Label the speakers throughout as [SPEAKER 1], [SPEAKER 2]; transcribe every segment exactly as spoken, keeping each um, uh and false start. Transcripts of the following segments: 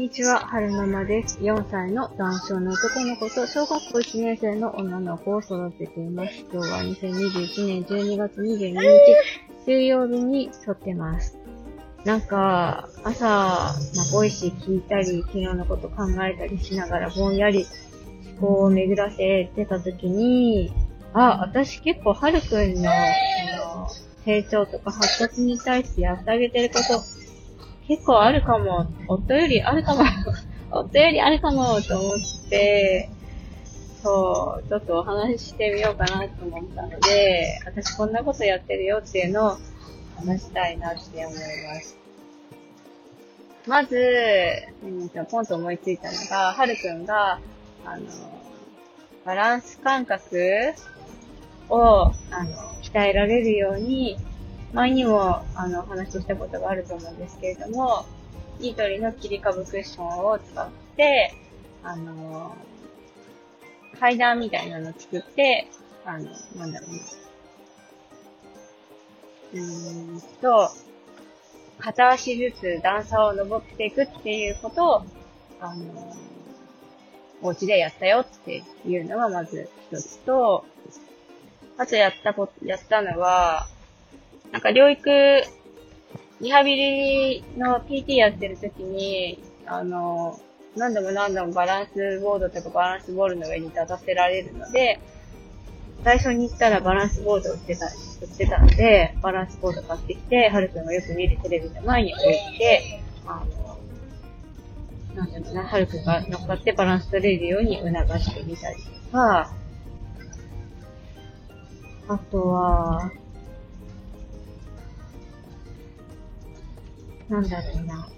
[SPEAKER 1] にちは、はるままです。よんさいの男性の男の子と小学校いちねん生の女の子を育てています。今日はにせんにじゅういちねんじゅうにがつにじゅうににち水曜日に撮ってます。なんか、朝、まあ、ボイシー聞いたり、昨日のこと考えたりしながらぼんやり思考を巡らせてたときに、あ、私結構はるくんの、あの、成長とか発達に対してやってあげてること結構あるかも、夫よりあるかも、夫よりあるかもと思って、そう、ちょっとお話ししてみようかなと思ったので、私こんなことやってるよっていうのを話したいなって思います。まず、うんと、ポンと思いついたのが、はるくんが、あの、バランス感覚を、あの、鍛えられるように、前にも、あの、お話ししたことがあると思うんですけれども、ニトリの切り株クッションを使って、あの、階段みたいなのを作って、あの、なんだろうな。うーんと、片足ずつ段差を登っていくっていうことを、あの、お家でやったよっていうのがまず一つと、あとやったこと、やったのは、なんか療育、リハビリの ピーティー やってる時に、あの、何度も何度もバランスボードとかバランスボールの上に立たせられるので、最初に行ったらバランスボードを売ってた、売ってたので、バランスボード買ってきて、はるくんがよく見るテレビの前に置いて、あの、なんだろうな、はるくんが乗っかってバランス取れるように促してみたりとか、あとは、なんだろうな。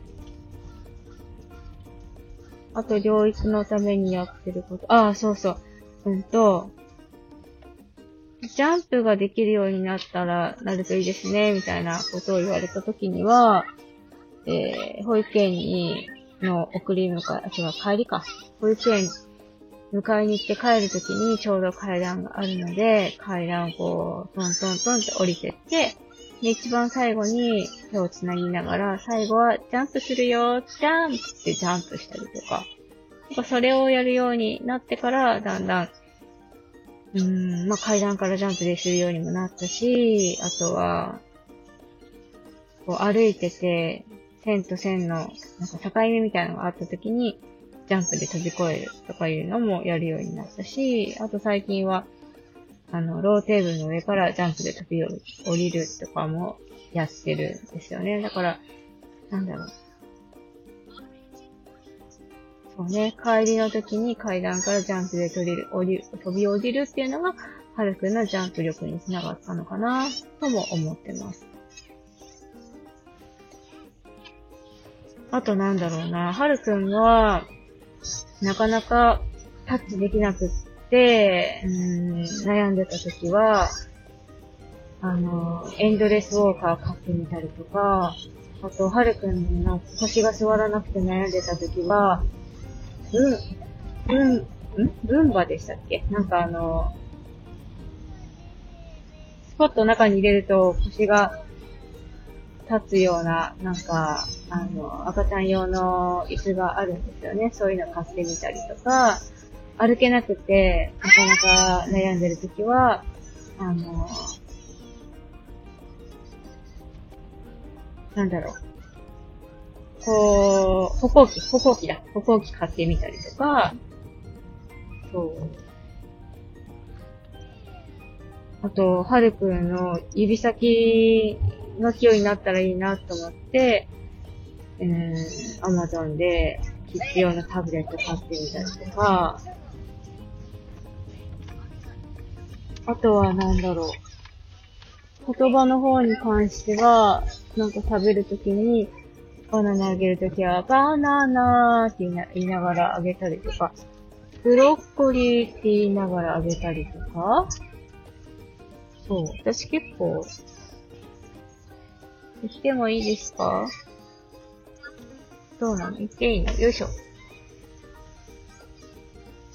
[SPEAKER 1] あと、療育のためにやってること。ああ、そうそう。うんと、ジャンプができるようになったら、なるといいですね、みたいなことを言われたときには、えー、保育園に、の送り迎え、あ、違う、帰りか。保育園迎えに行って帰るときにちょうど階段があるので、階段をこう、トントントンって降りてって、で、一番最後に手をつなぎながら、最後はジャンプするよ、ジャンプってジャンプしたりとか。なんかそれをやるようになってから、だんだん、うーん、まあ、階段からジャンプでするようにもなったし、あとは、こう歩いてて、線と線の、なんか境目みたいなのがあった時に、ジャンプで飛び越えるとかいうのもやるようになったし、あと最近は、あの、ローテーブルの上からジャンプで飛び降りるとかもやってるんですよね。だから、なんだろう。そうね、帰りの時に階段からジャンプで飛び降りる、飛び降りるっていうのが、はるくんのジャンプ力につながったのかな、とも思ってます。あとなんだろうな、はるくんは、なかなかタッチできなくって、うーん、悩んでた時は、あの、エンドレスウォーカー買ってみたりとか、あと、はるくんの腰が座らなくて悩んでた時は、うん、うん、んルンバでしたっけ？なんかあの、スポットの中に入れると腰が立つような、なんか、あの、赤ちゃん用の椅子があるんですよね。そういうの買ってみたりとか、歩けなくて、なかなか悩んでるときは、あの、なんだろう。こう、歩行器、歩行器だ。歩行器買ってみたりとか、そう。あと、はるくんの指先の器用になったらいいなと思って、うーん、アマゾンでキッズ用のタブレット買ってみたりとか、あとはなんだろう。言葉の方に関しては、なんか食べるときに、バナナあげるときは、バナナーって言いな言いながらあげたりとか、ブロッコリーって言いながらあげたりとか、そう、私結構、言ってもいいですか？どうなの？言っていいの？よいしょ。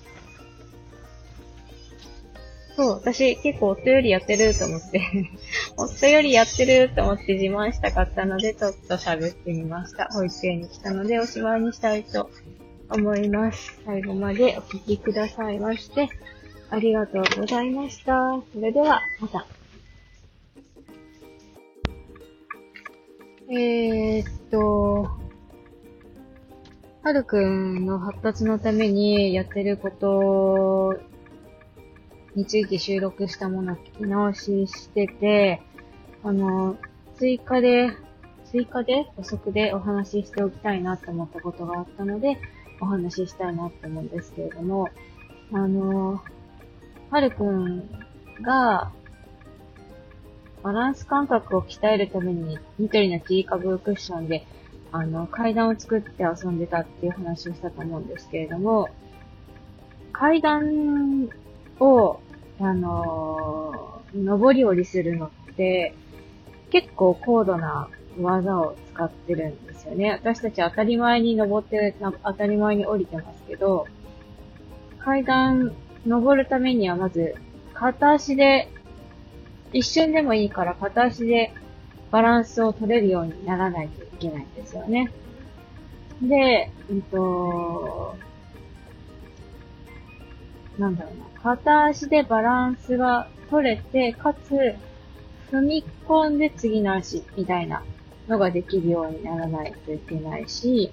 [SPEAKER 1] そう、私結構夫よりやってると思って夫よりやってると思って自慢したかったので、ちょっと喋ってみました。保育園に来たので、おしまいにしたいと思います。最後までお聞きくださいまして、ありがとうございました。それでは、また。えーっと、はるくんの発達のためにやってることについて収録したものを聞き直ししてて、あの、追加で、追加で補足でお話ししておきたいなと思ったことがあったので、お話ししたいなと思うんですけれども、あの、はるくんが、バランス感覚を鍛えるために、ニトリのティーカブクッションで、あの、階段を作って遊んでたっていう話をしたと思うんですけれども、階段を、あのー、上り下りするのって、結構高度な技を使ってるんですよね。私たち当たり前に登って、当たり前に降りてますけど、階段登るためにはまず、片足で、一瞬でもいいから片足でバランスを取れるようにならないといけないんですよね。で、うんと、なんだろうな。片足でバランスが取れて、かつ、踏み込んで次の足みたいなのができるようにならないといけないし、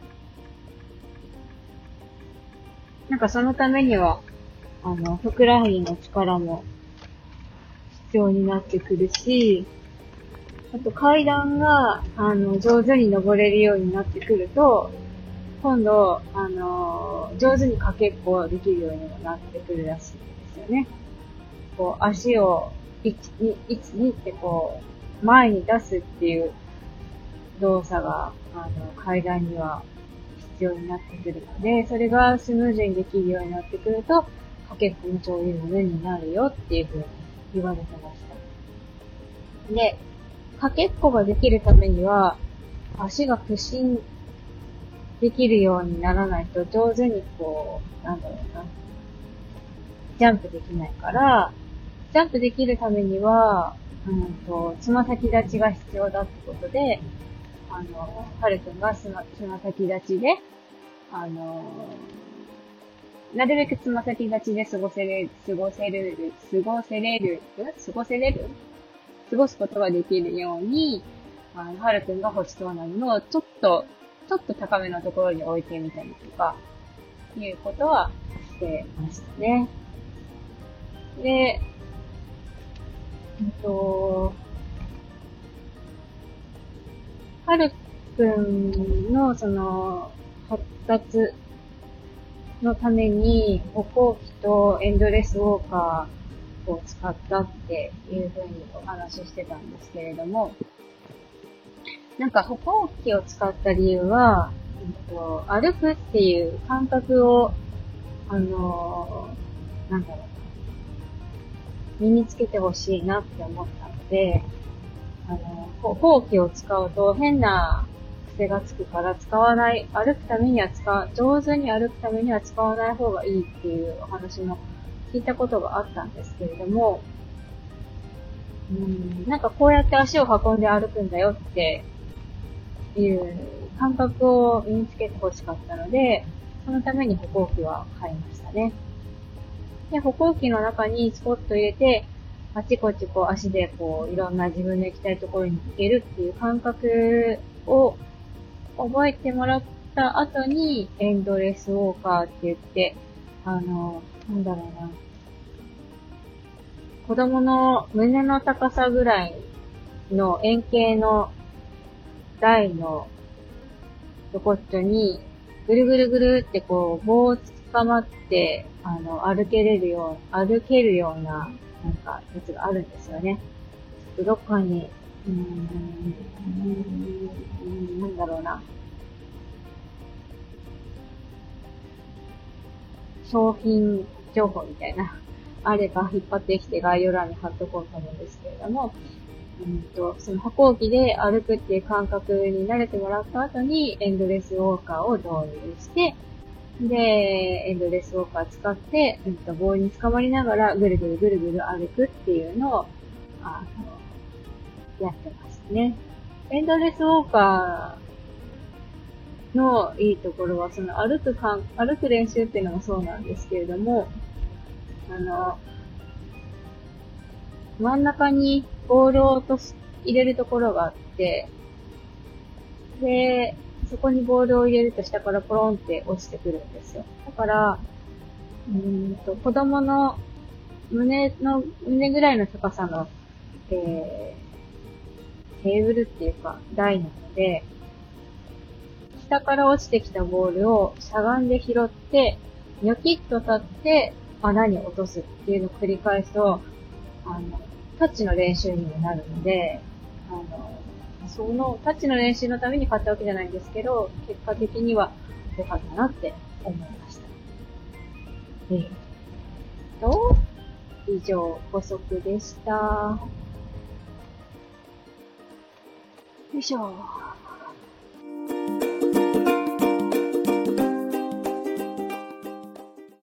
[SPEAKER 1] なんかそのためには、あの、ふくらはぎの力も必要になってくるし、あと階段が、あの、上手に登れるようになってくると、今度、あのー、上手にかけっこできるようにもなってくるらしいんですよね。こう、足を、いち、に、いち、にってこう、前に出すっていう動作が、あの、階段には必要になってくるので、それがスムーズにできるようになってくると、かけっこも上手になるよっていう風に言われてました。で、かけっこができるためには、足が屈伸できるようにならないと上手にこう、なんだろうな、ジャンプできないから、ジャンプできるためには、うんと、つま先立ちが必要だってことで、あの、はるくんがつま先立ちで、あの、なるべくつま先立ちで過ごせれる、過ごせれる、過ごせれる、過ごせれる過ごすことができるように、あの、はるくんが欲しそうなものをちょっと、ちょっと高めのところに置いてみたりとか、いうことはしてましたね。で、えっと、はるくんのその、発達のために、歩行器とエンドレスウォーカーを使ったっていうふうにお話ししてたんですけれども、なんか歩行器を使った理由は、えっと、歩くっていう感覚を、あのー、なんだろうな、身につけてほしいなって思ったので、あのー、歩行器を使うと変な癖がつくから使わない、歩くためには使う、上手に歩くためには使わない方がいいっていうお話も聞いたことがあったんですけれども、うーん、なんかこうやって足を運んで歩くんだよっていう感覚を身につけてほしかったので、そのために歩行器は買いましたね。で、歩行器の中にスポット入れて、あちこちこう足でこういろんな自分の行きたいところに行けるっていう感覚を覚えてもらった後にエンドレスウォーカーって言って、あの、なんだろうな。子供の胸の高さぐらいの円形の台のとこっちょにぐるぐるぐるってこう棒を捕まってあの歩けれるよう歩けるようななんかやつがあるんですよね。どっかにうーんうーんなんだろうな商品情報みたいなあれば引っ張ってきて概要欄に貼っとこうと思うんですけれども。うんと、その歩行器で歩くっていう感覚に慣れてもらった後にエンドレスウォーカーを導入して、で、エンドレスウォーカー使って、うんと、棒に捕まりながらぐるぐるぐるぐる歩くっていうのを、あの、 やってますね。エンドレスウォーカーのいいところは、その歩くかん、歩く練習っていうのもそうなんですけれども、あの、真ん中にボールを落とす、入れるところがあって、で、そこにボールを入れると下からポロンって落ちてくるんですよ。だから、うーんと、子供の胸の、胸ぐらいの高さの、えー、テーブルっていうか、台なので、下から落ちてきたボールをしゃがんで拾って、ニョキッと立って穴に落とすっていうのを繰り返すと、あの、タッチの練習にもなるので、あの、そのタッチの練習のために買ったわけじゃないんですけど、結果的には良かったなって思いました。えー、と、以上、補足でした。よいしょ。